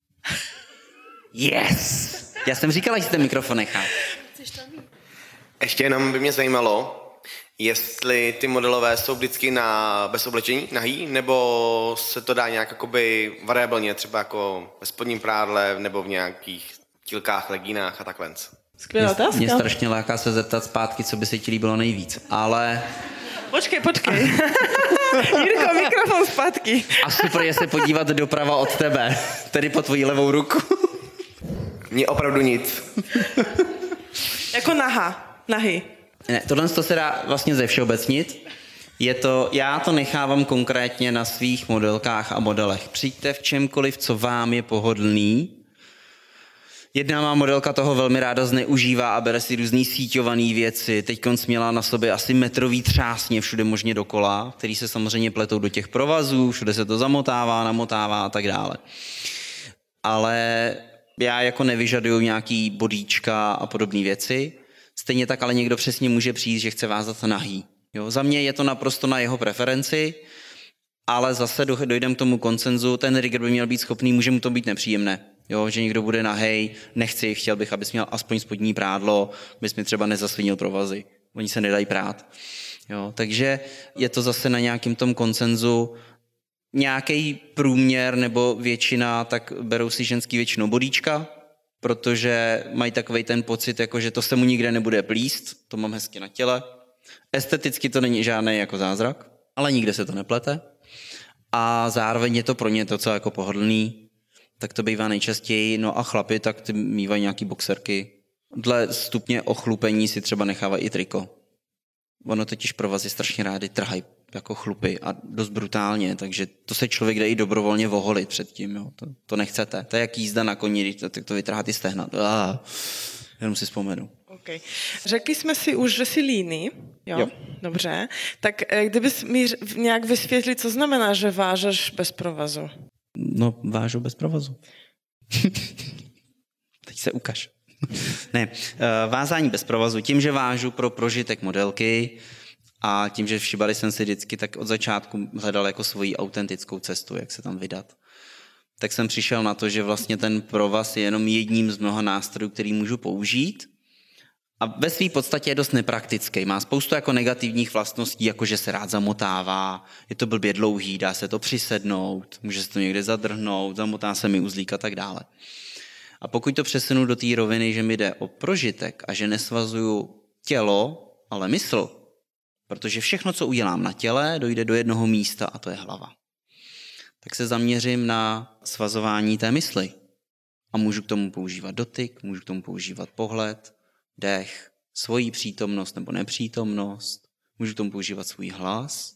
Yes! Já jsem říkala, že ten mikrofon nechá. Ještě jenom by mě zajímalo, jestli ty modelové jsou vždycky na, bez oblečení, nahý, nebo se to dá nějak jakoby variabilně, třeba jako ve spodním prádle, nebo v nějakých tílkách, legínách a takhle. Skvělá otázka. Mě strašně láká se zeptat zpátky, co by se ti líbilo nejvíc, ale... Počkej, počkej. Jirko, mikrofon zpátky. A super je se podívat doprava od tebe, tedy po tvojí levou ruku. Mně opravdu nic. Jako naha, nahy. Ne, tohle to se dá vlastně ze všeobecnit. Je to, já to nechávám konkrétně na svých modelkách a modelech. Přijďte v čemkoliv, co vám je pohodlný. Jedna má modelka toho velmi ráda zneužívá a bere si různý síťovaný věci. Teďkonc měla na sobě asi metrový třásně všude možně dokola, který se samozřejmě pletou do těch provazů, všude se to zamotává, namotává a tak dále. Ale já jako nevyžaduju nějaký bodíčka a podobné věci. Stejně tak ale někdo přesně může přijít, že chce vázat nahý. Jo, za mě je to naprosto na jeho preferenci, ale zase dojdeme k tomu konsenzu, ten rigger by měl být schopný, může mu to být nepříjemné. Jo, že někdo bude nahej, nechci, chtěl bych, abys měl aspoň spodní prádlo, abys mi třeba nezasvinil provazy. Oni se nedají prát. Jo, takže je to zase na nějakým tom konsenzu. Nějaký průměr nebo většina, tak berou si ženský většinou bodíčka, protože mají takovej ten pocit, jako že to se mu nikde nebude plíst, to mám hezky na těle. Esteticky to není žádný jako zázrak, ale nikde se to neplete. A zároveň je to pro ně to, co jako pohodlný, tak to bývá nejčastěji. No a chlapi, tak ty mývají nějaký boxerky. Dle stupně ochlupení si třeba nechávají i triko. Ono totiž provazy strašně rády trhají jako chlupy a dost brutálně, takže to se člověk jde i dobrovolně voholit předtím. Jo. To, to nechcete. To je jak jízda na koni, když to, to vytrhá ty stehna. Ah, jenom si vzpomenu. Okay. Řekli jsme si už, že jsi líný. Jo? Jo. Dobře. Tak kdybys mi nějak vysvětlil, co znamená, že vážeš bez provazu? No, vážu bez provazu. Teď se ukaž. Ne, vázání bez provazu. Tím, že vážu pro prožitek modelky A tím, že v šibari jsem si vždycky tak od začátku hledal jako svoji autentickou cestu, jak se tam vydat, tak jsem přišel na to, že vlastně ten provaz je jenom jedním z mnoha nástrojů, který můžu použít. A ve své podstatě je dost nepraktický. Má spoustu jako negativních vlastností, jako že se rád zamotává, je to blbě dlouhý, dá se to přisednout, může se to někde zadrhnout, zamotá se mi uzlík a tak dále. A pokud to přesunu do té roviny, že mi jde o prožitek a že nesvazuju tělo, ale mysl, protože všechno, co udělám na těle, dojde do jednoho místa a to je hlava. Tak se zaměřím na svazování té mysli. A můžu k tomu používat dotyk, můžu k tomu používat pohled, dech, svoji přítomnost nebo nepřítomnost, můžu k tomu používat svůj hlas.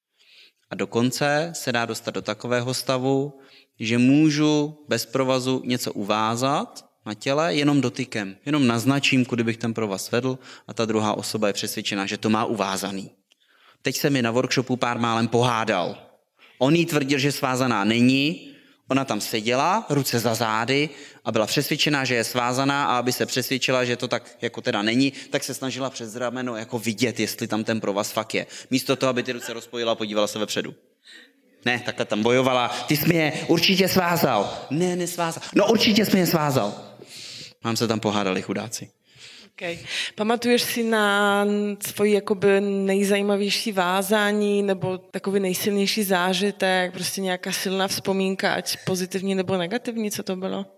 A dokonce se dá dostat do takového stavu, že můžu bez provazu něco uvázat na těle jenom dotykem. Jenom naznačím, kudy bych ten provaz vedl a ta druhá osoba je přesvědčená, že to má uvázaný. Teď se mi na workshopu pár málem pohádal. On jí tvrdil, že svázaná není, ona tam seděla, ruce za zády a byla přesvědčená, že je svázaná a aby se přesvědčila, že to tak jako teda není, tak se snažila přes rameno jako vidět, jestli tam ten provaz fakt je. Místo toho, aby ty ruce rozpojila a podívala se vepředu. Ne, takhle tam bojovala. Ty jsi mě určitě svázal. Ne, nesvázal. No určitě jsi mě svázal. Mám se tam pohádali chudáci. Okay. Pamatuješ si na svoji jakoby nejzajímavější vázání nebo takový nejsilnější zážitek, prostě nějaká silná vzpomínka, ať pozitivní nebo negativní, co to bylo?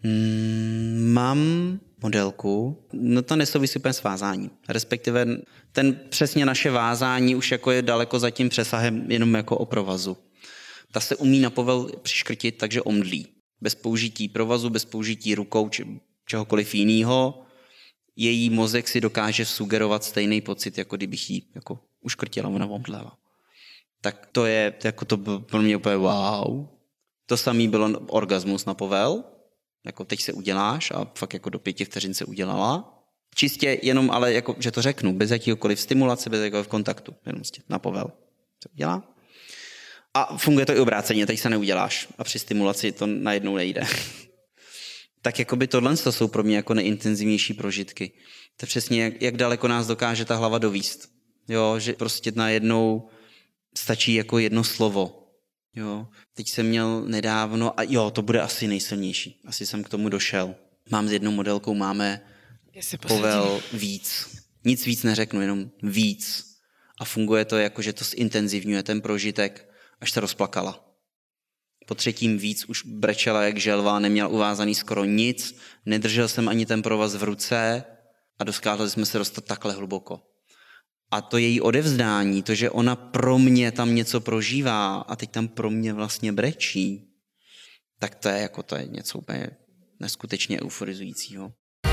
Mm, mám modelku, no to nesouvisí úplně s vázáním. Respektive ten přesně naše vázání už jako je daleko za tím přesahem jenom jako o provazu. Ta se umí na povel přiškrtit, takže omdlí. Bez použití provazu, bez použití rukou či čehokoliv jiného, její mozek si dokáže sugerovat stejný pocit, jako kdybych jí jako uškrtila, ona omdlela. Tak to je, jako to bylo pro mě úplně wow. To samý bylo orgasmus na povel, jako teď se uděláš a fakt jako do pěti vteřin se udělala. Čistě jenom, ale jako, že to řeknu, bez jakýkoliv stimulace, bez jakýkoliv kontaktu, jenom na povel se udělá. A funguje to i obráceně, teď se neuděláš a při stimulaci to najednou nejde. Tak jakoby tohle to jsou pro mě jako nejintenzivnější prožitky. To je přesně, jak, jak daleko nás dokáže ta hlava dovíst. Jo, že prostě najednou stačí jako jedno slovo. Jo, teď jsem měl nedávno, a jo, to bude asi nejsilnější. Asi jsem k tomu došel. Mám s jednou modelkou, máme povel víc. Nic víc neřeknu, jenom víc. A funguje to jako, že to zintenzivňuje ten prožitek, až se rozplakala. Po třetím víc už brečela jak želva, neměl uvázaný skoro nic, nedržel jsem ani ten provaz v ruce a dokázali jsme se dostat takhle hluboko. A to její odevzdání, to, že ona pro mě tam něco prožívá a teď tam pro mě vlastně brečí, tak to je jako to je něco úplně neskutečně euforizujícího.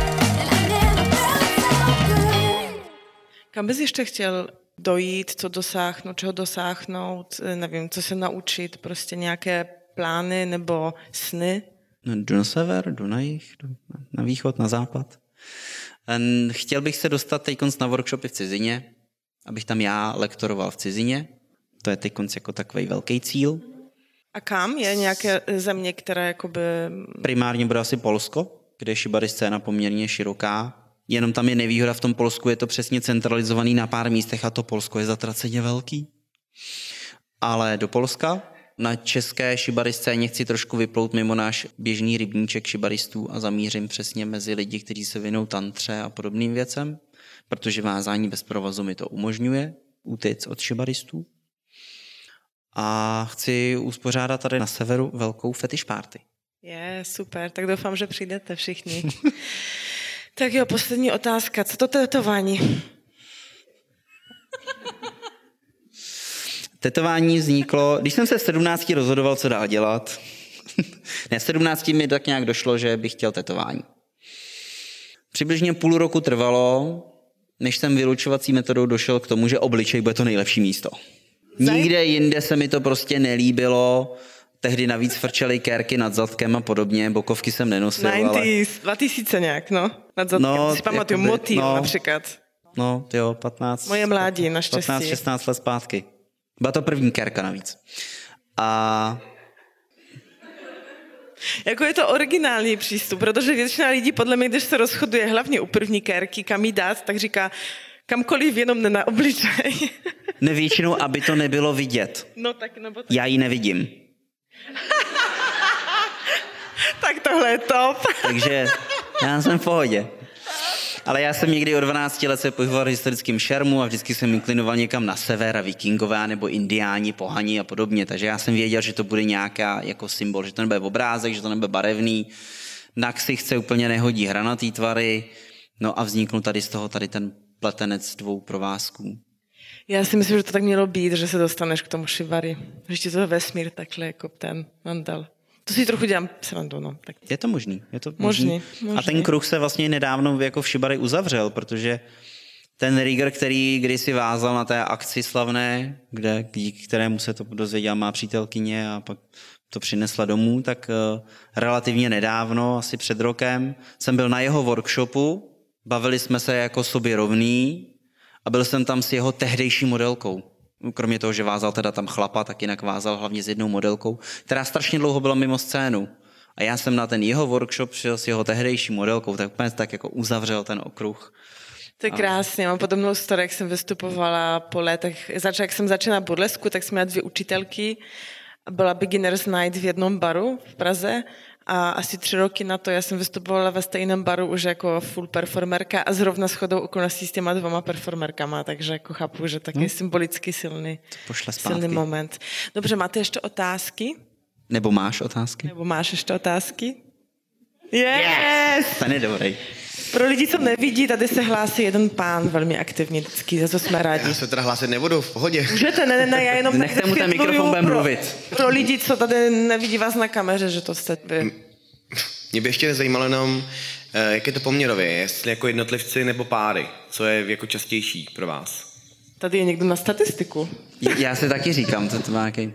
Kam bys ještě chtěl dojít, co dosáhnout, čeho dosáhnout, nevím, co se naučit, prostě nějaké plány nebo sny? No, jdu na sever, jdu na jih, jdu na východ, na západ. Chtěl bych se dostat teďkonc na workshopy v cizině, abych tam já lektoroval v cizině. To je teďkonc jako takovej velký cíl. A kam? Je nějaké země, které jakoby... Primárně bude asi Polsko, kde je shibari scéna poměrně široká. Jenom tam je nevýhoda v tom Polsku, je to přesně centralizovaný na pár místech a to Polsko je zatraceně velký. Ale do Polska, na české shibari scéně chci trošku vyplout mimo náš běžný rybníček shibaristů a zamířím přesně mezi lidi, kteří se věnují tantře a podobným věcem, protože vázání bez provazu mi to umožňuje utéct od shibaristů. A chci uspořádat tady na severu velkou fetish party. Je, super, tak doufám, že přijdete všichni. Tak jo, poslední otázka. Co to tetování? Tetování vzniklo, když jsem se v sedmnácti rozhodoval, co dál dělat. Ne, v sedmnácti mi tak nějak došlo, že bych chtěl tetování. Přibližně půl roku trvalo, než jsem vylučovací metodou došel k tomu, že obličej bude to nejlepší místo. Nikde jinde se mi to prostě nelíbilo. Tehdy navíc frčely kérky nad zadkem a podobně, bokovky jsem nenosil. devadesátých, ale... dva tisíce nějak, no, nad zadkem. No, si pamatuju, motýl no, například. No, jo, patnáct. Moje mládí, naštěstí. patnáct šestnáct let zpátky. Byla to první kérka navíc. A... Jako je to originální přístup, protože většina lidí podle mě, když se rozhoduje hlavně u první kérky, kam jí dát, tak říká, Kamkoliv, jenom ne na obličej. Ne většinou, aby to nebylo vidět. No tak, nebo tak. Já ji nevidím. Tak tohle je top. Takže já jsem v pohodě. Ale já jsem někdy od dvanácti let se pohyboval v historickém šermu a vždycky jsem inklinoval někam na sever a vikingové nebo indiáni, pohani a podobně. Takže já jsem věděl, že to bude nějaká jako symbol, že to nebude obrázek, že to nebude barevný. Na ksichtce úplně nehodí hranatý tvary. No a vzniknul tady z toho tady ten pletenec dvou provázků. Já si myslím, že to tak mělo být, že se dostaneš k tomu Shivary. Že ti to vesmír takhle jako ten mandal. To si trochu dělám srandu, no. Tak. Je to možný, je to možný. možný. možný. A ten kruh se vlastně nedávno jako v Shibari uzavřel, protože ten rigger, který kdysi vázal na té akci slavné, kde, díky kterému se to dozvěděla má přítelkyně a pak to přinesla domů, tak uh, relativně nedávno, asi před rokem, jsem byl na jeho workshopu, bavili jsme se jako sobě rovný a byl jsem tam s jeho tehdejší modelkou. Kromě toho, že vázal teda tam chlapa, tak jinak vázal hlavně s jednou modelkou, která strašně dlouho byla mimo scénu. A já jsem na ten jeho workshop šel s jeho tehdejší modelkou, tak úplně tak jako uzavřel ten okruh. To je krásně, mám podobnou story, jak jsem vystupovala po letech. Začala, jak jsem začala burlesku, tak jsme měla dvě učitelky. Byla Beginner's Night v jednom baru v Praze a asi tři roky na to já jsem vystupovala ve stejném baru už jako full performerka a zrovna shodou okolností s těma dvoma performerkama, takže jako chápu, že taky hmm. symbolicky silný, silný moment. Dobře, máte ještě otázky? Nebo máš otázky? Nebo máš ještě otázky? Yes! yes! Ten je dobrý. Pro lidi, co nevidí, tady se hlásí jeden pán velmi aktivně vždycky, za to jsme rádi. Já se teda hlásit nebudu, v pohodě. Můžete, ne, ne, ne, já jenom nechte mu ten mikrofon, budeme pro, mluvit. Pro lidi, co tady nevidí vás na kameře, že to jste vy. Mě by ještě zajímalo jenom, jak je to poměrově, jestli jako jednotlivci nebo páry, co je jako častější pro vás? Tady je někdo na statistiku. Já si taky říkám, to, to má nějaký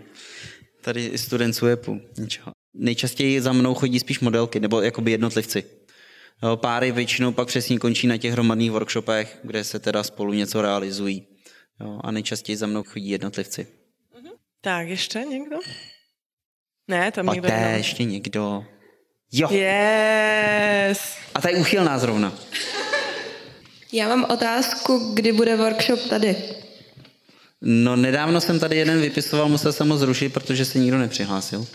tady student suepu, něčeho. Nejčastěji za mnou chodí spíš modelky, nebo jakoby jednotlivci. Jo, páry většinou pak přesně končí na těch hromadných workshopech, kde se teda spolu něco realizují. Jo, a nejčastěji za mnou chodí jednotlivci. Mhm. Tak, ještě někdo? Ne, tam někdo jiný. ještě někdo. Jo. Yes. A tady úchylná zrovna. Já mám otázku, kdy bude workshop tady? No nedávno jsem tady jeden vypisoval, musel jsem ho zrušit, protože se nikdo nepřihlásil.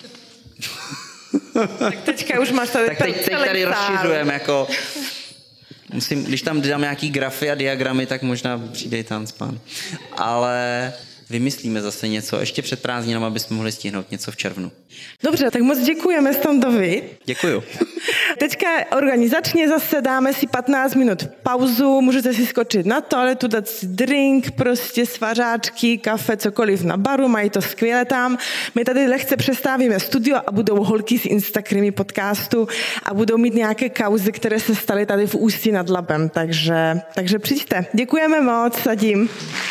Tak teďka už máš tady tak teď, teď tady rozšiřujeme, jako musím, když tam dám nějaký grafy a diagramy, tak možná přijde i tanцpán. Ale vymyslíme zase něco, ještě před prázdninami, aby jsme mohli stihnout něco v červnu. Dobře, tak moc děkujeme Standovi. Děkuju. Teďka organizačně zase dáme si patnáct minut pauzu, můžete si skočit na toaletu, dát si drink, prostě svařáčky, kafe, cokoliv na baru, mají to skvěle tam. My tady lehce přestávíme studio a budou holky z Instagramy podcastu a budou mít nějaké kauzy, které se staly tady v Ústí nad Labem, takže, takže přijďte. Děkujeme moc, sadím.